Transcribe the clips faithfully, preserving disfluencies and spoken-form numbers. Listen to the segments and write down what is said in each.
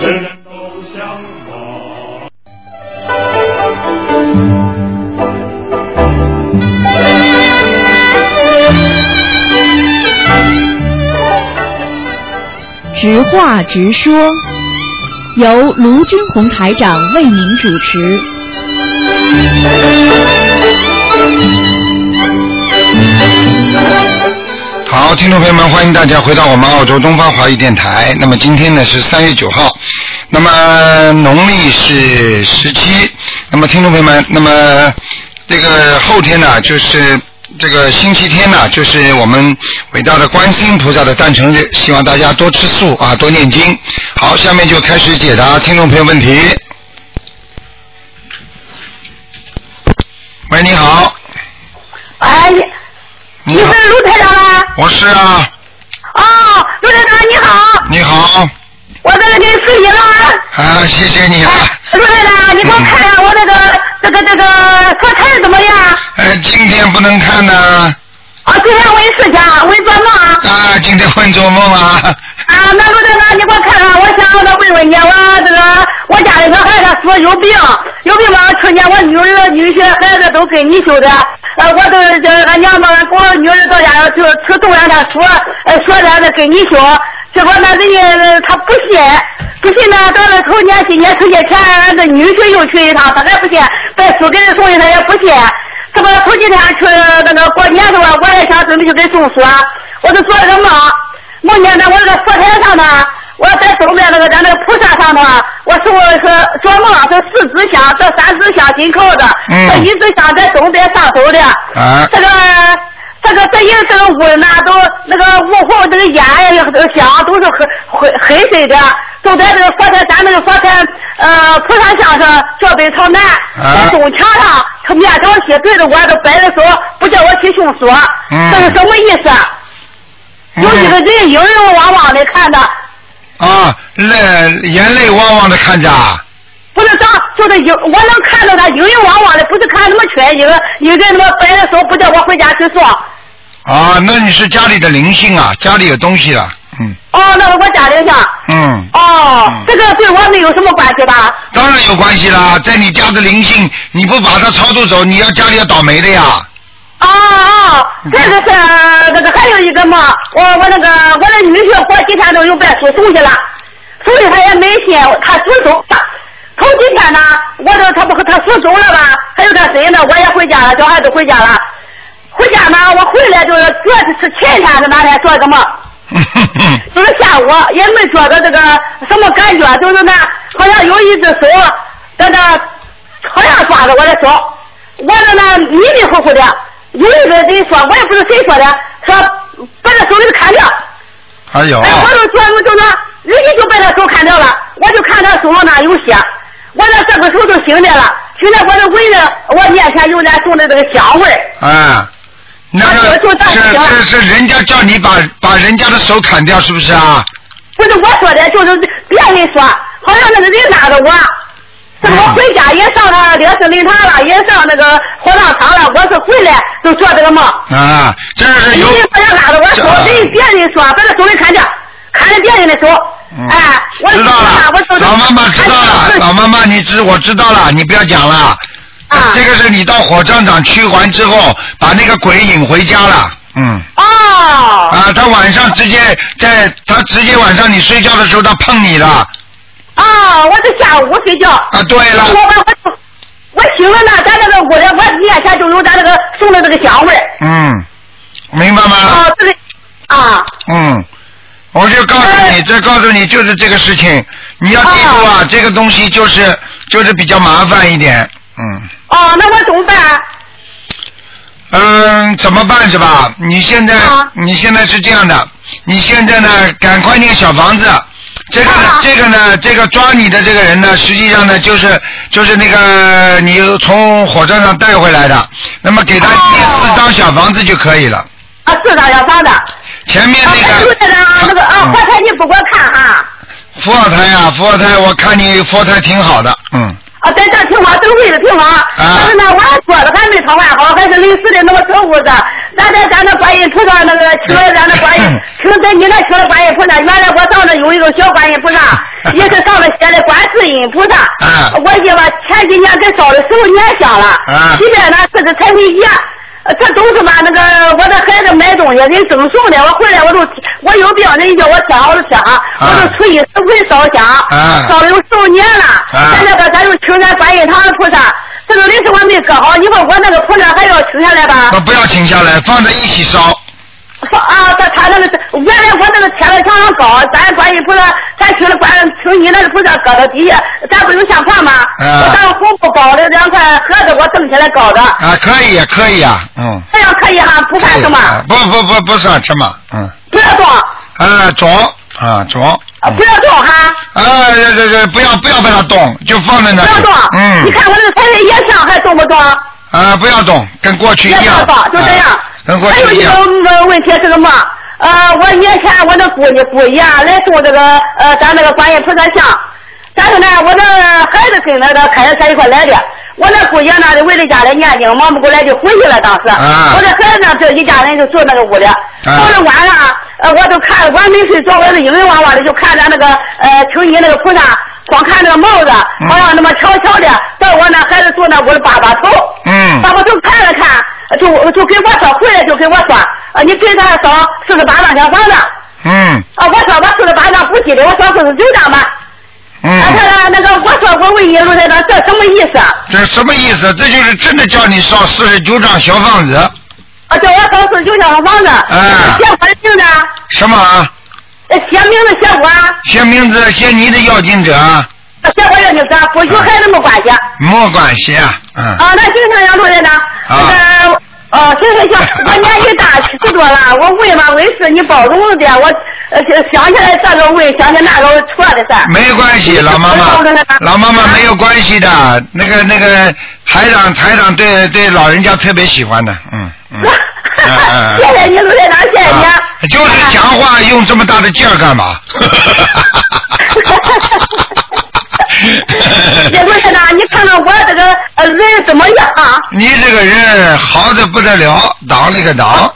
人人都向往。 直话直说，由卢军红台长为您主持。 好，听众朋友们，欢迎大家回到我们澳洲东方华语电台。那么今天呢是三月九号，那么农历是十七。那么听众朋友们，那么这个后天呢就是这个星期天呢，就是我们伟大的观世音菩萨的诞辰日，希望大家多吃素啊，多念经。好，下面就开始解答听众朋友问题。喂，你好。 哎，你是卢台长吗？ 我是啊。 哦，卢台长你好。 你好。 我在这给你视频了。 啊，谢谢你啊。 卢台长，你给我看看我这个、嗯、这个这个佛台怎么样？ 呃，今天不能看呢。 啊，今天我有事情，我做梦。 啊，今天会做梦啊。 啊，那卢台长，你给我看看，我想我再问问你，我这个我家里小孩他说有病，有病嘛，去年我女儿、女婿、孩子都跟你修的，呃，我都这俺娘们给我女儿到家去去都让他说，呃，说让他跟你修，结果那人家他不信，不信呢，到了头年新年春节前，俺这女婿又去一趟，他还不信，把书给人送去他也不信。这不头几天去那个过年的话，我也想准备去给送书，我就做了个梦，梦见呢我这个佛台上呢，我在东边那个在那个菩萨上头，我说是做梦是四支香，这三支香紧扣着，嗯、这一支香在东边上头的，啊、这个这个这一这个屋呢都那个屋后这个烟呀这个香都是黑黑黑色的，都在这个佛台咱那个佛台呃菩萨像上坐北朝南，在东墙上他面朝西对着我都摆着手，不叫我去送书，嗯、这是什么意思？嗯、有一个人影影汪汪的看着。 啊，泪眼泪汪汪的看着。 不是长，就是影，我能看到他影影汪汪的，不是看那么缺一个一个那么摆着手，不叫我回家去送。 啊，那你是家里的灵性啊，家里有东西了，嗯。 哦，那是我家灵性。嗯。哦，嗯、这个对我没有什么关系吧？ 当然有关系啦，在你家的灵性，你不把它超度走，你要家里要倒霉的呀。 哦哦，这个是那个还有一个嘛，我我那个我的女婿过几天都有拜书送去了，送去他也没信，他属走了。头几天呢，我这他不他属走了吧？还有他谁呢？我也回家了，小孩都回家了。回家呢，我回来就是昨是前天是哪天做个梦，就是下午也没觉得这个什么感觉，就是那好像有一只手在那好像抓着我的手，我这那迷迷糊糊的。有一个人说，我也不知谁说的，说把这手给砍掉。 哎呦！ 哎，我就说，我就说，人家就把他手砍掉了，我就看他手上那有血，我这这个手就醒来了，醒来我就闻着我面前有点送的这个香味儿。 啊，那个是这是人家叫你把把人家的手砍掉，是不是啊？ 不是我说的，就是别人说，好像那个人拉着我。这个我回家也上他烈士灵堂了，也上那个火葬场了。我是回来就做这个梦。 啊，这是有。 人家拉着我手，人别人说把这手给砍掉，砍了别人的手。嗯、哎，我知道了。老妈妈知道了，老妈妈你知我知道了，你不要讲了。啊。这个是你到火葬场去完之后，把那个鬼引回家了。嗯。 哦。 啊，他晚上直接在，他直接晚上你睡觉的时候，他碰你了。 啊，我是下午睡觉。 啊，对了。 我我我醒了呢，咱这个屋里，我面前就有咱这个送的这个香味。 嗯，明白吗？ 啊，这个啊。 嗯，我就告诉你，这告诉你就是这个事情，你要记住啊，啊这个东西就是就是比较麻烦一点，嗯。 哦，那我怎么办？ 嗯，怎么办是吧？你现在、啊、你现在是这样的，你现在呢，赶快念小房子。这个呢，啊、这个呢，这个抓你的这个人呢，实际上呢，就是就是那个你从火车上带回来的，那么给他念四张小房子就可以了。 啊，四张小房子。 前面那个。 啊，那个啊，佛台你不给我看哈。 佛台啊，佛台，我看你佛台挺好的，嗯。 啊，在这挺好，正位的挺好。啊。但是呢，我还坐着还没躺完好，还是临时的那么小屋子， 咱在咱那观音菩萨那个请了咱那观音，请在你那请了观音菩萨，原来我上那有一个小观音菩萨，也是上面写的观世音菩萨。 啊、 我因为前几年给烧了十五年香了， 啊、 里边呢这是彩绘节。这都是嘛那个我的孩子买东西人赠送的，我回来我都我有病人叫我贴好了贴上，我就初一十回烧香，烧了有十五年了。现在吧咱就请咱观音堂的菩萨，这个零食我没搁好，一会儿我那个菩萨还要请下来吧？ 不要请下来，放在一起烧。 啊，他他那个原来我那个贴在墙上高，咱观音菩萨，咱请了观请你那个菩萨搁到底下，咱不有相框吗？ 啊、 我当红布包的两块盒子，我蹬起来高的。 啊，可以可以啊，嗯。 这样可以哈，不算什么。 不不不不算什么，嗯。 不要动。 啊，中啊中。 啊，不要动哈。 啊，这这这不要不要把它动，就放在那里。 不要动。 嗯。 你看我这个彩绘也像，还动不动？ 啊，不要动，跟过去一样。 不要动，就这样。 跟过去一样。 还有一个问题是什么？呃，我年前我的姑爷姑爷啊来送这个呃咱那个观音菩萨像，但是呢我的孩子跟那个开着车一块来的，我那姑爷呢就为了家里念经忙不过来就回去了当时， 啊、 我的孩子呢这一家人就坐那个屋里，到了晚上呃我都看我没睡着，我是晕晕汪汪的就看咱那个呃求你那个菩萨，光看那个帽子好像那么悄悄的，到我那孩子坐那屋里扒扒头， 嗯， 扒扒头看了看。就就给我说，回来就给我说，呃，你给他烧四十八张小房子。 嗯。 啊，我说我四十八张不记得，我烧四十九张吧。 嗯。 啊，他那个我说我问你卢台长，这什么意思？ 这什么意思？这就是真的叫你烧四十九张小房子。 啊，叫我烧四十九张小房子。 哎。 写我的名字。 什么？ 写名字写我。 写名字写你的要经者。 写我要经者，不与孩子没关系。 没关系啊，嗯。 啊，那行行行，卢台长。那个。哦，行行行，我年纪大七十多了，我问嘛问事你包容点，我呃想起来这个问，想起那个错的事儿。 没关系，老妈妈，老妈妈没有关系的，那个那个台长台长对对老人家特别喜欢的，嗯嗯。 谢谢你，卢台长，谢谢你。 啊、就是讲话用这么大的劲儿干嘛？ 这卢台长，你看看我这个呃人怎么样？ 你这个人好的不得了，当了个当。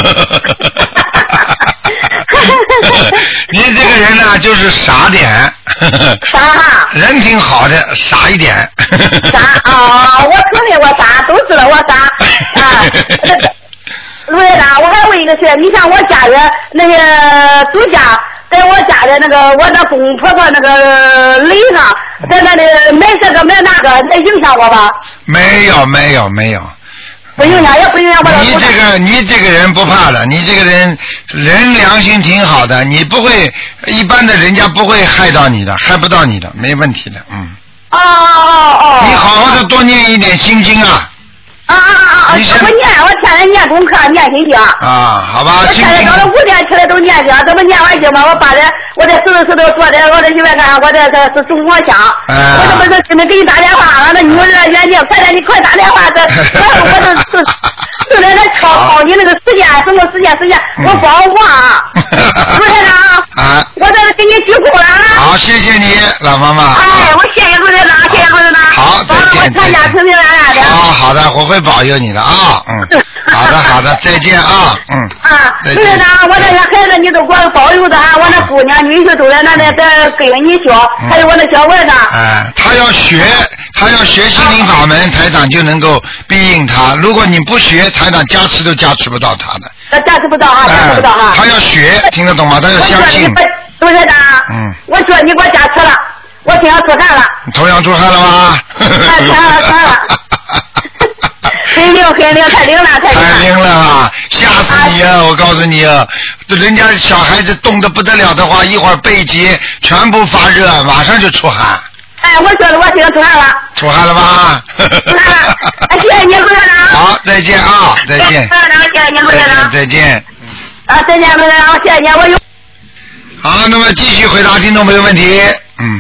你这个人呢，就是傻点。 傻哈。 人挺好的，傻一点。 傻啊、哦！我承认我傻，都知道我傻啊。卢台长，我还问一个事，你像我家人那些主家。在我家的那个我的公婆婆那个坟上，在那里买这个买那个，能影响我吧？ 没有没有没有， 不影响也不影响我。 你这个你这个人不怕的，你这个人人良心挺好的，你不会一般的人家不会害到你的，害不到你的，没问题的，嗯。 哦哦哦。 你好好的多念一点心经啊。 啊啊啊！我念，我天天念功课，念心经。 啊，好吧。 我天天早上五点起来都念经，这不念完经吗？我把这我这石头石头坐在我这里面看，我这这是中国香。 哎。 我这不是准备给你打电话，俺那女儿眼睛，快点，你快打电话，这我这这正在那敲敲你那个时间，什么时间时间，我不好忘。卢台长。啊。我这给你鞠躬了啊。 好，谢谢你，老妈妈。 哎，我谢谢卢台长，谢谢卢台长。 好，再见。 我全家平平安安的。 好好的，我会保佑你的啊，嗯，好的好的，再见啊，嗯。 啊，卢台长，我这些孩子你都给我保佑的哈，我那姑娘女婿都在那里在跟着你学，还有我那小儿子。 哎，他要学，他要学心灵法门，台长就能够庇应他。如果你不学，台长加持都加持不到他的。 呃，加持不到啊，加持不到啊。 他要学，听得懂吗？他要相信。 卢台长，嗯，我说你给我加持了，我身上出汗了。 你头上出汗了吗？ 太出汗了，出汗了。很灵很灵，太灵了，太灵了。 太灵了啊！吓死你啊！我告诉你啊，人家小孩子冻得不得了的话，一会儿背脊全部发热，马上就出汗。 哎，我说了，我身上出汗了。 出汗了吧？ 出汗了。哎，谢谢你，卢台长。 好，再见啊！再见。 卢台长，谢谢你，卢台长。 再见。 啊，再见，卢台长，谢谢你，我有。 好，那么继续回答听众朋友问题。嗯。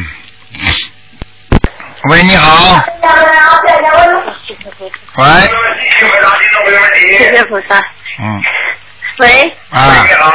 喂，你好。喂。 谢谢菩萨。 嗯。 喂。 啊。 你好。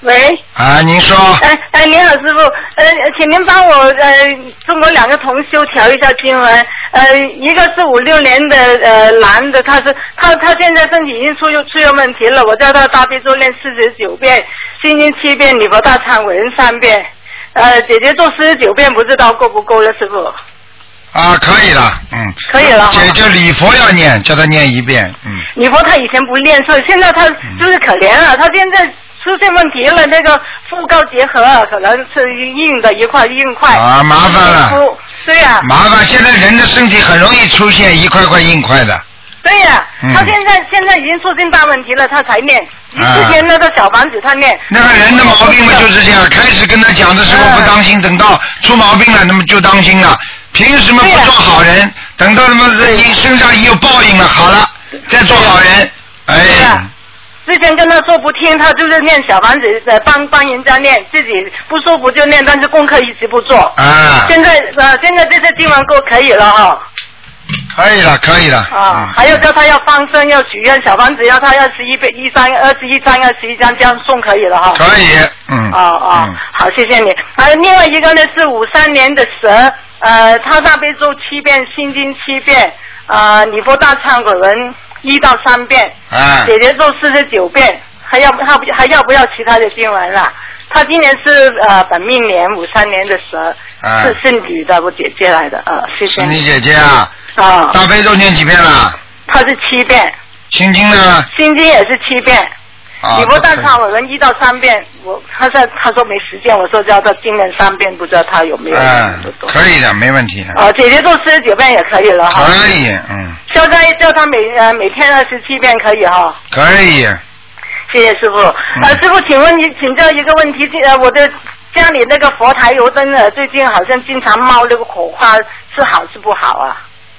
喂。 啊，您说。 哎哎，您好，师傅，呃，请您帮我呃，中国两个同修调一下经文，呃，一个是五六年的呃男的，他是他他现在身体已经出出现问题了，我叫他大悲咒念四十九遍，心经七遍，礼佛大忏悔文三遍，呃，姐姐做四十九遍，不知道够不够了，师傅。 啊，可以了，嗯， 可以了。 姐姐礼佛要念，叫他念一遍，嗯。 礼佛他以前不念，所以现在他就是可怜了，嗯、他现在出现问题了，那个副高结核可能是硬的一块硬块。 啊，麻烦了。 对呀、啊。 麻烦，现在人的身体很容易出现一块块硬块的。 对呀、啊嗯， 他现在现在已经出现大问题了，他才念。之前那个小房子他念。 那个人的毛病嘛就是这样，开始跟他讲的时候不当心，嗯、等到出毛病了，那么就当心了。凭什么不做好人？啊、等到他妈身上已有报应了，好了，再做好人。哎。 之前跟他说不听，他就是念小房子，呃，帮帮人家念，自己不舒服就念，但是功课一直不做。 啊。现在呃，现在这次经文够可以了哈、哦。 可以了，可以了。 啊，嗯、还要叫他要放生，要许愿，小房子要他要十一一张、二十一张、二十一张，这样送可以了哈。 可以，嗯。 哦哦、嗯，好，谢谢你。还有另外一个呢是五三年的蛇，呃，他大悲咒七遍，心经七遍，呃，礼佛大忏悔文一到三遍， 啊， 姐姐咒四十九遍，还要还还要不要其他的经文啦？他今年是呃本命年五三年的蛇，啊、是是女的，我姐姐来的，呃，谢谢。 是你姐姐啊？ 啊。 大悲咒念几遍了？ 他是七遍。 心经呢？ 心经也是七遍。 啊。 礼佛大忏悔文一到三遍，我他在他说没时间，我说叫他今年三遍，不知道他有没有？ 嗯，可以的，没问题的。 哦，姐姐做四十九遍也可以了哈。 可以，嗯。 消灾叫他每呃每天二十七遍可以哈。 可以。 谢谢师傅。呃，师傅，请问你请教一个问题，呃，我的家里那个佛台油灯呢，最近好像经常冒那个火花，是好是不好啊？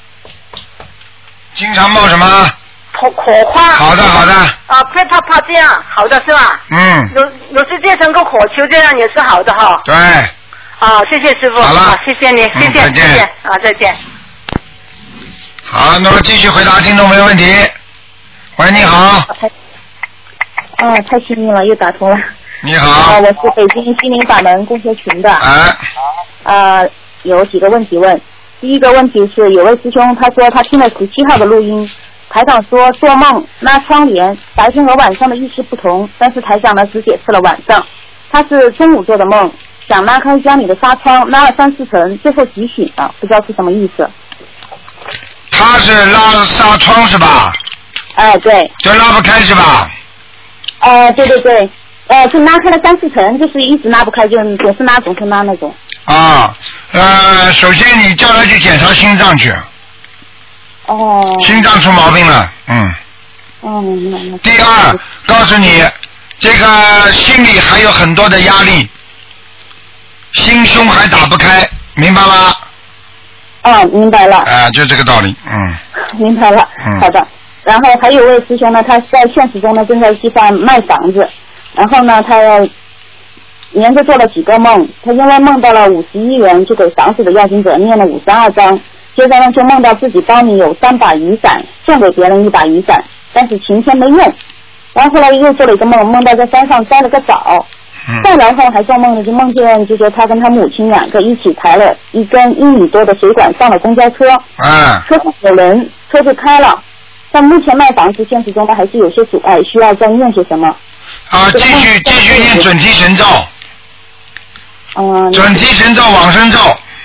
经常冒什么？ 火火花。 好的，好的。 啊，啪啪啪这样，好的是吧？ 嗯。 有有时结成个火球，这样也是好的哈。 对。 啊，谢谢师傅。 好了， 好谢谢你， 嗯、 谢谢， 再见。 谢谢啊，再见。 好，那么继续回答听众没问题。喂，你好。 啊，太幸运了，又打通了。 你好。 啊，我是北京心灵法门共修群的。 啊。 啊，有几个问题问。第一个问题是，有位师兄他说他听了十七号的录音，台长说做梦拉窗帘，白天和晚上的意识不同，但是台长呢只解释了晚上。他是中午做的梦，想拉开家里的纱窗，拉了三四层，最后急醒了，不知道是什么意思。 他是拉纱窗是吧？ 哎，对。 就拉不开是吧？ 呃，对对对，呃，就拉开了三四层，就是一直拉不开，就总是拉，总是拉那种。 啊，呃，首先你叫他去检查心脏去。 哦。 心脏出毛病了，嗯。 哦，明白了。 第二，告诉你，这个心里还有很多的压力，心胸还打不开，明白吗？ 哦，明白了。 啊，就这个道理，嗯。 明白了， 嗯。 好的。然后还有位师兄呢，他在现实中呢正在计划卖房子，然后呢他连着做了几个梦，他因为梦到了五十亿元，就给房子的要经者念了五十二章，接着呢就梦到自己包里有三把雨伞，送给别人一把雨伞，但是晴天没用，然后后来又做了一个梦，梦到在山上栽了个枣，再然后还做梦呢，就梦见就说他跟他母亲两个一起抬了一根一米多的水管上了公交车， 啊， 车上有人，车就开了。但目前卖房子现实中呢还是有些阻碍，需要再念些什么？ 啊，继续继续念准提神咒。 嗯。 准提神咒、往生咒。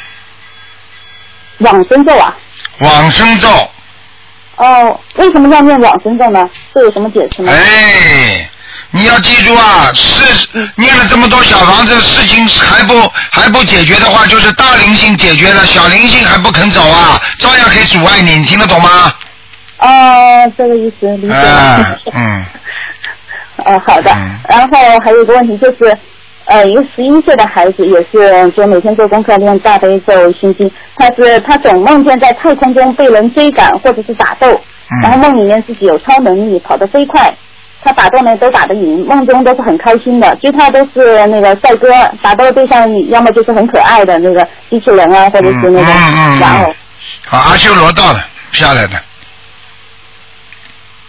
往生咒啊？ 往生咒。 哦，为什么要念往生咒呢？这有什么解释吗？ 哎，你要记住啊，是念了这么多小房子，事情还不还不解决的话，就是大灵性解决了，小灵性还不肯走啊，照样可以阻碍你，你听得懂吗？ 哦，这个意思理解了。 啊、嗯。 呃，好的。嗯、然后还有一个问题就是，呃，一个十一岁的孩子也是，就每天做功课练大悲咒心经，他是他总梦见在太空中被人追赶或者是打斗，嗯、然后梦里面自己有超能力，跑得飞快，他打斗呢都打得赢，梦中都是很开心的，追他都是那个帅哥，打斗的对象要么就是很可爱的那个机器人啊，或者是那个玩偶。 好，阿修罗到了，下来的。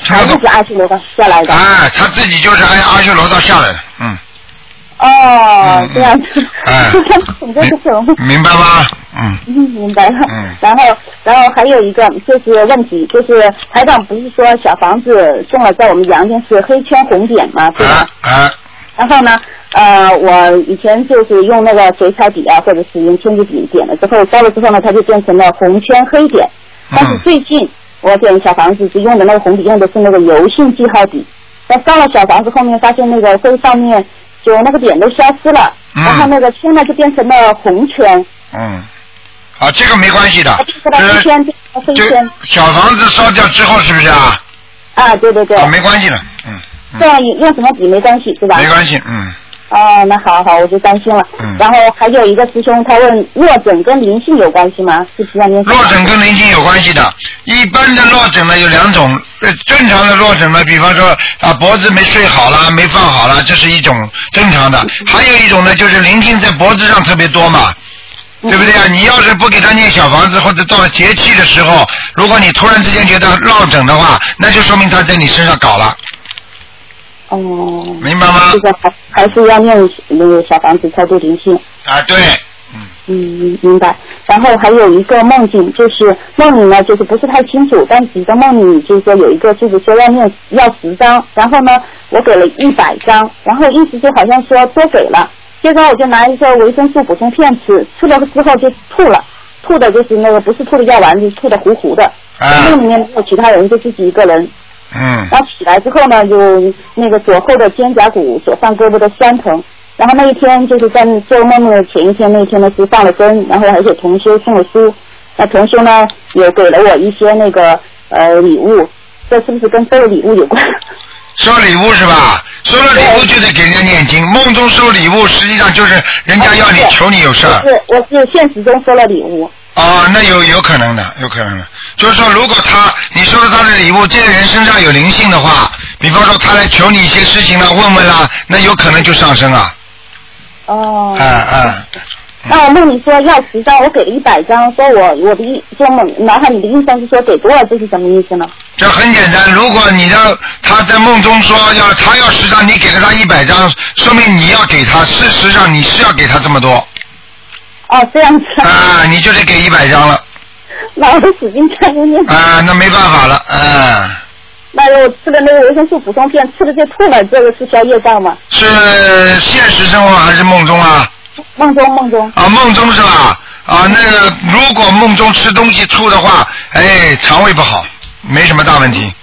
还是阿修罗道下来的？ 哎，他自己就是按阿修罗道下来的，嗯。 哦，这样子， 哎，明白吗？嗯， 嗯，明白了。 嗯， 然后，然后还有一个就是问题，就是台长不是说小房子种了在我们阳间是黑圈红点吗？对吧？ 啊。啊然后呢，呃，我以前就是用那个水彩笔啊，或者是用铅笔笔点了之后，烧了之后呢，它就变成了红圈黑点。但是最近我点小房子是用的那个红笔，用的是那个油性记号笔。那烧了小房子后面发现那个灰上面就那个点都消失了， 嗯、 然后那个圈呢就变成了红圈。 嗯，啊，这个没关系的。 黑圈变成黑圈。 小房子烧掉之后是不是啊？ 啊，对对对。 啊，没关系的，嗯。 这样用什么笔没关系是吧？ 没关系，嗯。 哦，那好好，我就担心了。 嗯。 然后还有一个师兄，他问落枕跟灵性有关系吗？是不是？ 落枕跟灵性有关系的。一般的落枕呢有两种，呃，正常的落枕呢，比方说啊脖子没睡好啦，没放好啦，这是一种正常的。还有一种呢，就是灵性在脖子上特别多嘛。对不对啊？你要是不给他念小房子，或者到了节气的时候，如果你突然之间觉得落枕的话，那就说明他在你身上搞了。 哦。 明白吗？ 这个还还是要念那个小房子超度灵性。 啊，对。 嗯嗯，明白。然后还有一个梦境，就是梦里呢，就是不是太清楚，但几个梦里就是说有一个就是说要念要十张，然后呢，我给了一百张，然后意思就好像说多给了。接着我就拿一个维生素补充片吃，吃了之后就吐了，吐的就是那个不是吐的药丸子，吐的糊糊的。 啊。 梦里面没有其他人，就自己一个人。 嗯。 然后起来之后呢，有那个左后的肩胛骨、左上胳膊的酸疼。然后那一天就是在做梦的前一天，那一天呢是放了生，然后而且同修送了书。那同修呢也给了我一些那个呃礼物，这是不是跟收礼物有关？ 收礼物是吧？收了礼物就得给人家念经。梦中收礼物，实际上就是人家要你求你有事儿。 我是我是现实中收了礼物。 哦，那有有可能的，有可能的。就是说，如果他你收了他的礼物，这个人身上有灵性的话，比方说他来求你一些事情了，问问啦，那有可能就上升啊。 哦。 啊啊。 那我梦里说要十张，我给了一百张，说我我的意说梦脑海里的印象是说给多了，这是什么意思呢？ 这很简单，如果你让他在梦中说要他要十张，你给了他一百张，说明你要给他，事实上你是要给他这么多。 哦，这样子。 啊，你就得给一百张了。 那我就使劲加油念。 啊，那没办法了，啊。 那我吃的那个维生素补充片，吃了就吐了，这个是消业障吗？ 是现实生活还是梦中啊？ 梦中，梦中。 啊，梦中是吧？啊，那个如果梦中吃东西吐的话，哎，肠胃不好，没什么大问题。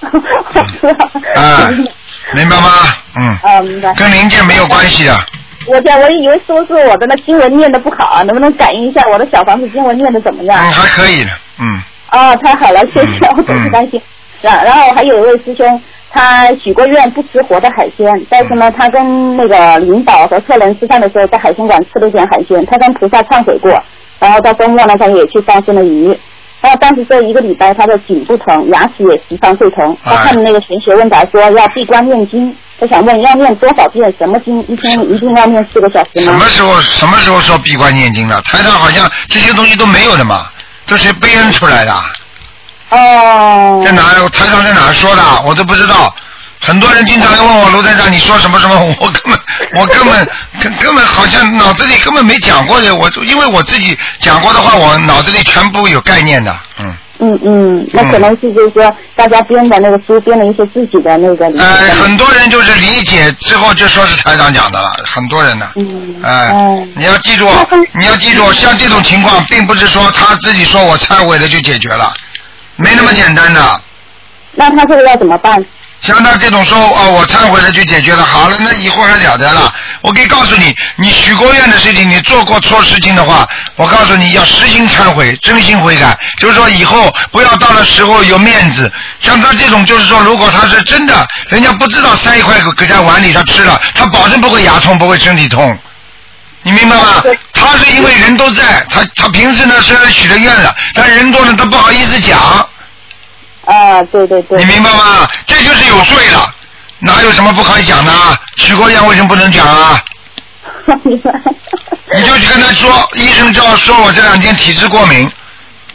啊，明白吗？嗯。 啊，明白。 跟零件没有关系的。 我讲，我以为说是我的那经文念的不好，能不能感应一下我的小房子经文念的怎么样？ 嗯，还可以的，嗯。 啊，太好了，谢谢，我总是担心。然然后还有一位师兄，他许过愿不吃活的海鲜，但是呢，他跟那个领导和客人吃饭的时候，在海鲜馆吃了一点海鲜，他跟菩萨忏悔过，然后到周末呢，他也去放生了鱼。然后当时这一个礼拜，他的颈部疼，牙齿也时常会疼。他看那个玄学问答说要闭关念经，他想问要念多少遍什么经？一天一定要念四个小时吗？ 什么时候什么时候说闭关念经了？台上好像这些东西都没有的嘛，都是编出来的。 哦。 在哪？台上在哪说的？我都不知道。很多人经常问我卢台长，你说什么什么？我根本我根本根根本好像脑子里根本没讲过的。我因为我自己讲过的话，我脑子里全部有概念的。嗯。 嗯嗯，那可能是就是说大家编的那个书编了一些自己的那个。 呃，很多人就是理解之后就说是台长讲的了，很多人呢。 嗯。 哎、 呃， 你要记住，你要记住，像这种情况，并不是说他自己说我忏悔了就解决了，没那么简单的。 那他这个要怎么办？ 像他这种说哦，我忏悔了就解决了，好了，那以后还了得了。我可以告诉你，你许过愿的事情，你做过错事情的话，我告诉你要实行忏悔，真心悔改，就是说以后不要到了时候有面子。像他这种，就是说如果他是真的，人家不知道塞一块给在碗里他吃了，他保证不会牙痛，不会身体痛。你明白吗？他是因为人都在，他他平时呢虽然许了愿了，但人多呢他不好意思讲。 啊，对对对。 你明白吗？这就是有罪了，哪有什么不可以讲的？许过愿为什么不能讲啊？你就去跟他说，医生就要说我这两天体质过敏，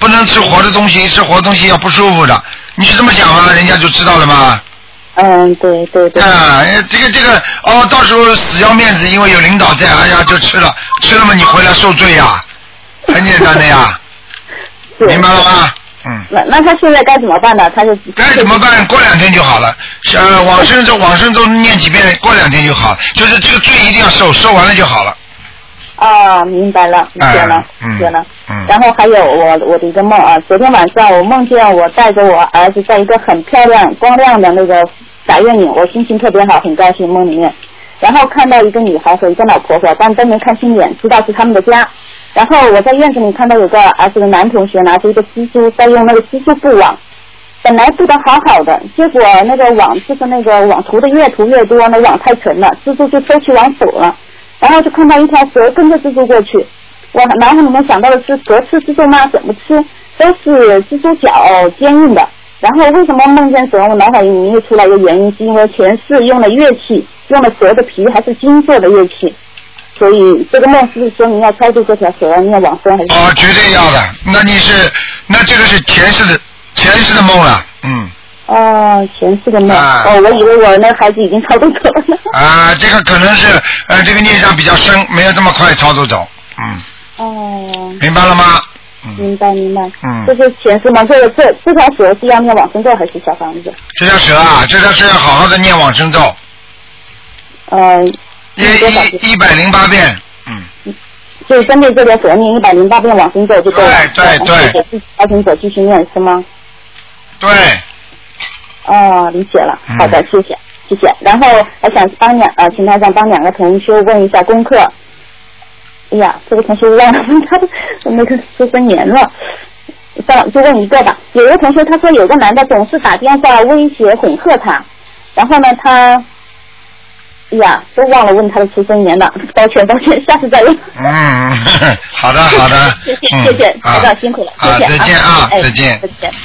不能吃活的东西，吃活的东西要不舒服的。你是这么讲吗？人家就知道了吗？ 嗯，对对对。 啊，这个这个哦，到时候死要面子，因为有领导在，哎呀，就吃了，吃了嘛，你回来受罪呀，很简单的呀，明白了吗？嗯。 那那他现在该怎么办呢？他就该怎么办？过两天就好了。呃，往生咒往生咒念几遍，过两天就好。就是这个罪一定要受，受完了就好了。 啊，明白了，理解了，理解了。嗯。然后还有我我的一个梦啊，昨天晚上我梦见我带着我儿子在一个很漂亮光亮的那个法院里，我心情特别好，很高兴梦里面。然后看到一个女孩和一个老婆婆，但都没看清脸，知道是他们的家。然后我在院子里看到有个儿子的男同学拿着一个蜘蛛在用那个蜘蛛布网，本来布的好好的，结果那个网就是那个网涂的越涂越多，那网太沉了，蜘蛛就收起网走了。然后就看到一条蛇跟着蜘蛛过去，我脑海里面想到的是蛇吃蜘蛛吗？怎么吃？都是蜘蛛脚坚硬的。然后为什么梦见蛇？我脑海里面又出来一个原因，是因为前世用了乐器，用了蛇的皮，还是金做的乐器。所以这个梦是不是说明要超度这条蛇，念往生还是？ 哦，绝对要的。那你是，那这个是前世的前世的梦了，嗯。 哦，前世的梦。啊、哦，我以为我那个孩子已经超度走了。 啊，这个可能是呃，这个孽障比较深，没有这么快超度走，嗯。 哦。 明白了吗？ 嗯、明白明白。 嗯。 这是前世梦，这个这这条蛇是要念往生咒还是小房子？ 这条蛇啊，这条蛇要好好的念往生咒。 呃。 一一一百零八遍，嗯。 就是针对这条蛇念一百零八遍往生咒就够了。 对对对。 邀请者继续念是吗？ 对。 哦，理解了，好的，谢谢，谢谢。然后我想帮两呃，请台长帮两个同学问一下功课。哎呀，这个同学忘了问他的那个出生年了，算了，就问一个吧。有一个同学他说有个男的总是打电话威胁恐吓他，然后呢他，哎呀，都忘了问他的出生年了，抱歉抱歉，下次再问。 嗯，好的好的， 谢谢谢谢，台长辛苦了，谢谢啊，再见啊，再见。再见。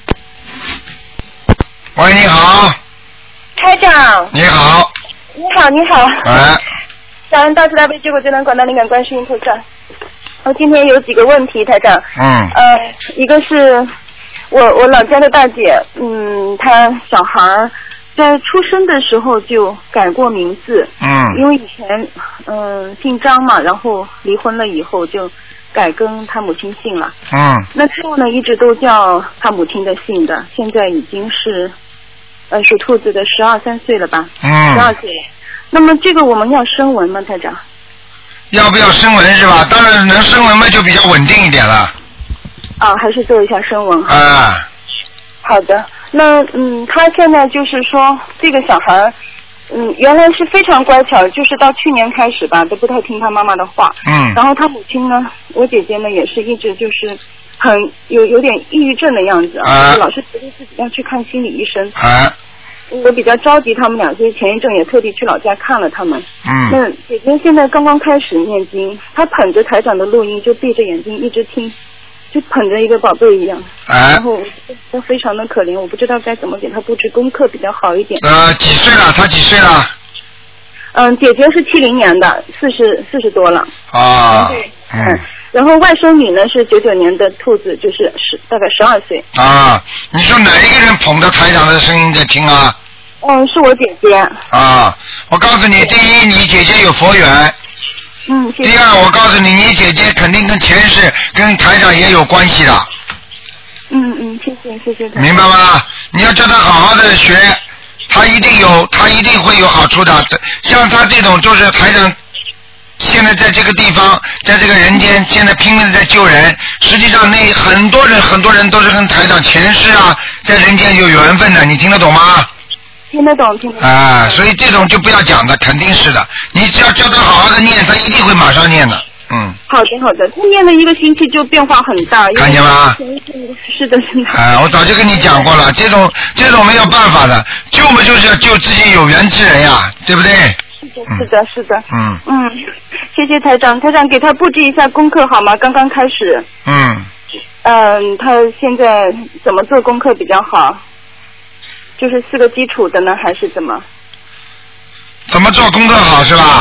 喂，你好。 台长。 你好。 你好，你好。 哎。 感恩大慈大悲救苦救难广大灵感观世音菩萨。我今天有几个问题，台长。 嗯。 呃，一个是我我老家的大姐，嗯，她小孩在出生的时候就改过名字。 嗯。 因为以前嗯、呃、姓张嘛，然后离婚了以后就改跟他母亲姓了。 嗯。 那之后呢，一直都叫他母亲的姓的，现在已经是。呃，属兔子的十二三岁了吧？ 嗯。 十二岁。那么这个我们要声纹吗，台长？ 要不要声纹是吧？当然能声纹嘛，就比较稳定一点了。 啊，还是做一下声纹。 啊。 好的，那嗯，他现在就是说这个小孩，嗯，原来是非常乖巧，就是到去年开始吧，都不太听他妈妈的话。 嗯。 然后他母亲呢，我姐姐呢也是一直就是很有有点抑郁症的样子啊，老是觉得自己要去看心理医生。 啊。 我比较着急他们俩，所以前一阵也特地去老家看了他们。 嗯。 那姐姐现在刚刚开始念经，她捧着台长的录音，就闭着眼睛一直听，就捧着一个宝贝一样。 啊。 然后她非常的可怜，我不知道该怎么给她布置功课比较好一点。 呃，几岁了？她几岁了？ 嗯，姐姐是七零年的，四十四十多了。 啊。 嗯。嗯然后外甥女呢是九九年的兔子，就是十大概十二岁。 啊，你说哪一个人捧着台长的声音在听啊？ 嗯，是我姐姐。 啊，我告诉你，第一，你姐姐有佛缘。 嗯，谢谢。 第二，我告诉你，你姐姐肯定跟前世跟台长也有关系的。 嗯嗯，谢谢谢谢。 明白吗？你要叫她好好的学，她一定有，她一定会有好处的。像她这种就是台长。现在在这个地方，在这个人间，现在拼命的在救人。实际上，那很多人，很多人都是跟台长前世啊，在人间有缘分的。你听得懂吗？ 听得懂，听得懂。 啊，所以这种就不要讲的，肯定是的。你只要叫他好好的念，他一定会马上念的。嗯。好的，好的。他念了一个星期就变化很大。 看见吗？ 是的，是的。 啊，我早就跟你讲过了，这种这种没有办法的，救嘛就是要救自己有缘之人呀，对不对？ 是的，是的。 嗯。 嗯，谢谢台长，台长给他布置一下功课好吗？刚刚开始。 嗯。 嗯，他现在怎么做功课比较好？就是四个基础的呢，还是怎么？ 怎么做功课好是吧？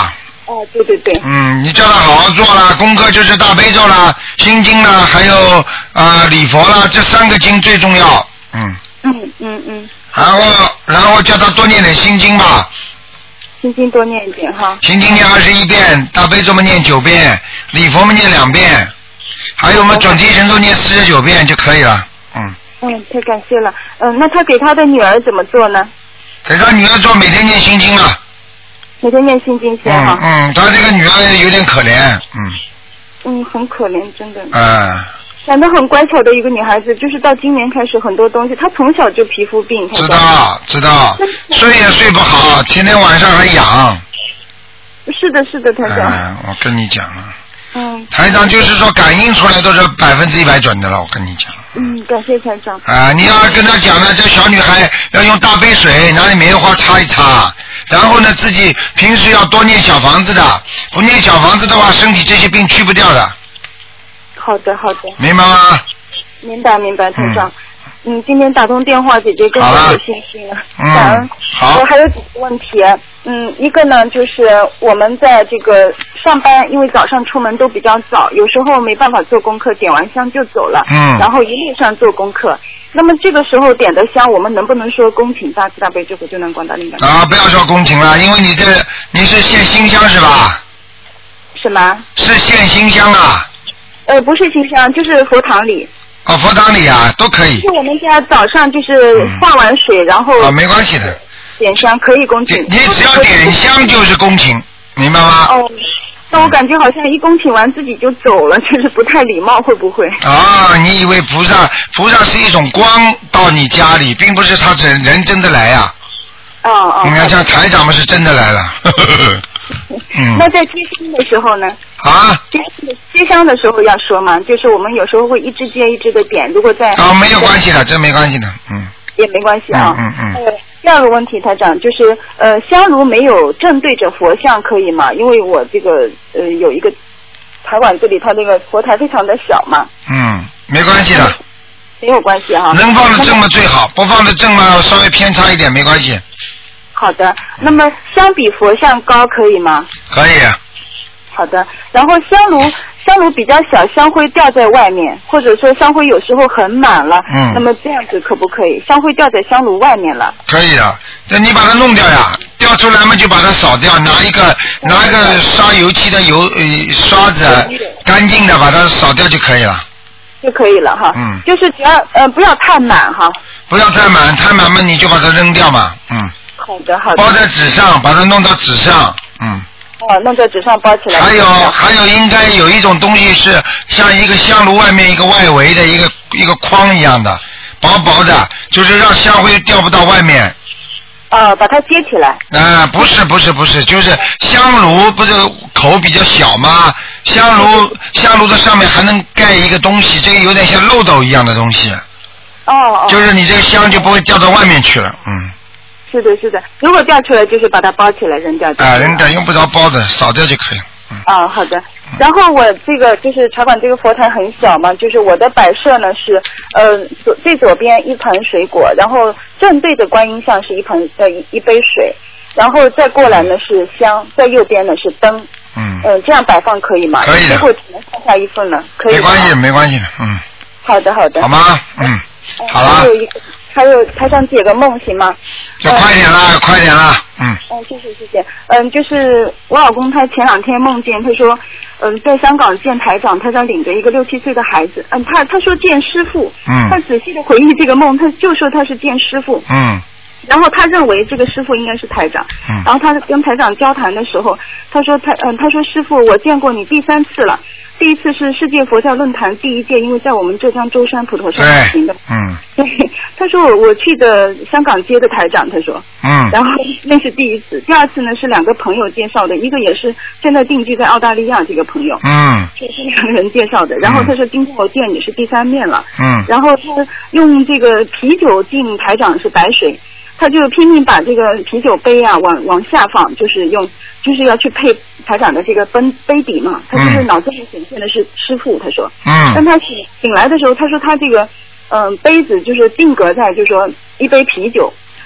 哦，对对对。 嗯，你叫他好好做啦，功课就是大悲咒啦、心经啦，还有啊、呃、礼佛啦，这三个经最重要。嗯。 嗯嗯嗯。 然后然后叫他多念点心经吧。 心经多念一点哈。 心经念二十一遍，大悲咒嘛念九遍，礼佛嘛念两遍，还有我们准提神咒念四十九遍就可以了。嗯。 嗯，太感谢了。嗯，那他给他的女儿怎么做呢？ 给他女儿做每天念心经啊。 每天念心经先哈。 嗯嗯，他这个女儿有点可怜，嗯。 嗯，很可怜，真的。 嗯。 长得很乖巧的一个女孩子，就是到今年开始很多东西，她从小就皮肤病。 知道知道，睡也睡不好，天天晚上还痒。 是的，是的，台长。 嗯，我跟你讲啊。 嗯。 台长就是说感应出来都是百分之一百准的了，我跟你讲。 嗯，感谢台长。 啊，你要跟他讲呢，这小女孩要用大杯水拿你棉花擦一擦，然后呢，自己平时要多念小房子的，不念小房子的话，身体这些病去不掉的。 好的，好的。 明白吗？ 明白，明白，台长。嗯, 嗯，今天打通电话，姐姐更加有信心了。感恩。 好。 我还有几个问题。嗯，一个呢，就是我们在这个上班，因为早上出门都比较早，有时候没办法做功课，点完香就走了。 嗯。 然后一路上做功课，那么这个时候点的香，我们能不能说恭请大慈大悲救苦救难广大灵感？ 啊，不要说恭请了，因为你这你是献新香是吧？ 什么？ 是献新香啊。 呃，不是新香，就是佛堂里。 哦，佛堂里啊，都可以。 就我们家早上就是放完水，嗯、然后。 啊，没关系的。 点香可以恭请。 你只要点香就是恭请，明白吗？ 哦。但我感觉好像一恭请完自己就走了，就是不太礼貌，会不会？ 啊，你以为菩萨菩萨是一种光到你家里，并不是他人人真的来呀、 啊。哦哦。 你看像台长们是真的来了。 嗯。那在接香的时候呢？ 啊。 接接香的时候要说吗？就是我们有时候会一支接一支的点，如果在。 啊，没有关系的，这没关系的，嗯。 也没关系啊。 嗯嗯。 呃，第二个问题，台长就是呃，香炉没有正对着佛像可以吗？因为我这个呃有一个台馆这里，它那个佛台非常的小嘛。 嗯，没关系的。 没有关系哈。 能放的正嘛最好，不放的正嘛稍微偏差一点没关系。 好的，那么相比佛像高可以吗？ 可以。 好的，然后香炉香炉比较小，香灰掉在外面，或者说香灰有时候很满了， 嗯， 那么这样子可不可以？香灰掉在香炉外面了。 可以的，那你把它弄掉呀，掉出来嘛就把它扫掉，拿一个拿一个刷油漆的油呃刷子，干净的把它扫掉就可以了。 就可以了哈， 嗯， 就是只要呃不要太满哈。 不要太满，太满嘛你就把它扔掉嘛，嗯。 好的好的。 包在纸上，把它弄到纸上，嗯。 哦，弄在纸上包起来。 还有还有，应该有一种东西是像一个香炉外面一个外围的一个一个框一样的，薄薄的，就是让香灰掉不到外面。 呃，把它接起来。 啊、呃，不是不是不是，就是香炉不是口比较小吗？香炉香炉的上面还能盖一个东西，这个有点像漏斗一样的东西。 哦哦。就是你这个香就不会掉到外面去了，嗯。 是的，是的。如果掉出来，就是把它包起来扔掉。 啊，扔掉用不着包的，扫掉就可以了。嗯。 啊，好的。然后我这个就是茶馆这个佛台很小嘛，就是我的摆设呢是呃左最左边一盆水果，然后正对着观音像是一盆呃一一杯水，然后再过来呢是香，在右边呢是灯。 嗯。 嗯、呃，这样摆放可以吗？ 可以的。 如果只能上下一份呢？可以。 没关系，没关系的，嗯。 好的，好的。 好吗？嗯。好了。 还有一个。还有台上解个梦行吗？ 就快点啦、嗯，快点啦，嗯。 嗯，谢谢谢谢。嗯，就是我老公他前两天梦见，他说，嗯，在香港见台长，台长领着一个六七岁的孩子，嗯，他他说见师傅， 嗯， 他仔细的回忆这个梦，他就说他是见师傅， 嗯。 然后他认为这个师傅应该是台长， 嗯。 然后他跟台长交谈的时候，他说他嗯他说师傅，我见过你第三次了。第一次是世界佛教论坛第一届，因为在我们浙江舟山普陀山举行的。 嗯。 对，他说我我去的香港接的台长，他说。 嗯。 然后那是第一次，第二次呢是两个朋友介绍的，一个也是现在定居在澳大利亚这个朋友。 嗯。 这是两个人介绍的，然后他说今天我见你是第三面了。 嗯。 然后他用这个啤酒敬台长是白水。他就拼命把这个啤酒杯啊往往下放，就是用就是要去配台长的这个杯杯底嘛。他就是脑子里显现的是师傅，他说。 嗯。 但他醒醒来的时候，他说他这个嗯、呃、杯子就是定格在就是说一杯啤酒，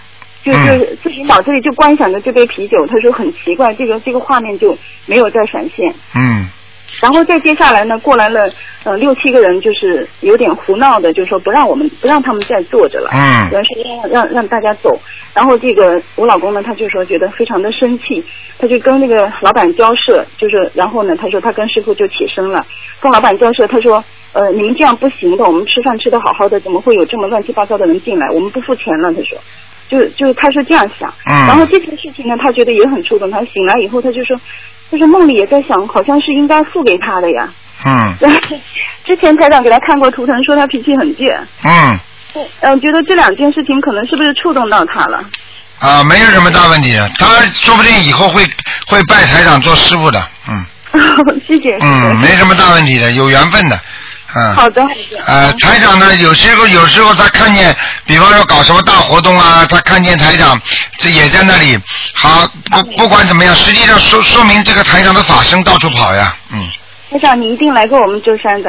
就就自己脑子里就观想着这杯啤酒，他说很奇怪，这个这个画面就没有再闪现。 嗯。 然后再接下来呢，过来了呃六七个人，就是有点胡闹的，就说不让我们不让他们再坐着了， 嗯， 然后说让让让大家走。然后这个我老公呢，他就说觉得非常的生气，他就跟那个老板交涉，就是然后呢，他说他跟师傅就起身了，跟老板交涉，他说呃你们这样不行的，我们吃饭吃得好好的，怎么会有这么乱七八糟的人进来？我们不付钱了，他说。就就他是这样想， 嗯， 然后这件事情呢，他觉得也很触动。他醒来以后，他就说，他说梦里也在想，好像是应该付给他的呀。 嗯。 之前台长给他看过图腾，说他脾气很倔。 嗯。 嗯、呃，觉得这两件事情可能是不是触动到他了？ 啊，没有什么大问题的，他说不定以后会会拜台长做师傅的，嗯。 谢谢。 嗯，没什么大问题的，有缘分的。嗯， 好的，好的。 呃，台长呢，有时候有时候他看见，比方说搞什么大活动啊，他看见台长，这也在那里。好，不不管怎么样，实际上说说明这个台长的法身到处跑呀，嗯。 台长，你一定来过我们舟山的，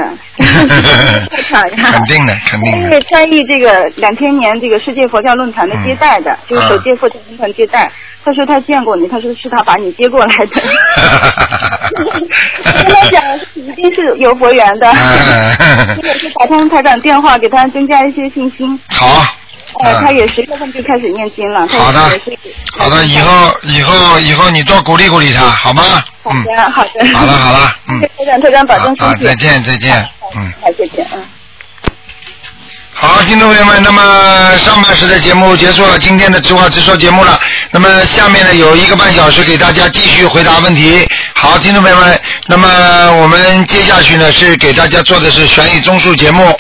肯定的，肯定的。 因为参与这个两千年这个世界佛教论坛的接待的，嗯、就是首届佛教论坛接待。他说他见过你，他说是他把你接过来的。我跟他讲，一定是有佛缘的。我是打通台长电话，给他增加一些信心。 好。 呃，他也十月份就开始念经了。 好的，好的，以后以后以后你多鼓励鼓励他，好吗？ 好的，好的。 好了好了，嗯。 台长，台长保重身体。 啊，再见再见，嗯。 好，再见，嗯。 好，听众朋友们，那么上半时的节目结束了，今天的直话直说节目了。那么下面呢有一个半小时给大家继续回答问题。好，听众朋友们，那么我们接下去呢是给大家做的是悬疑综述节目。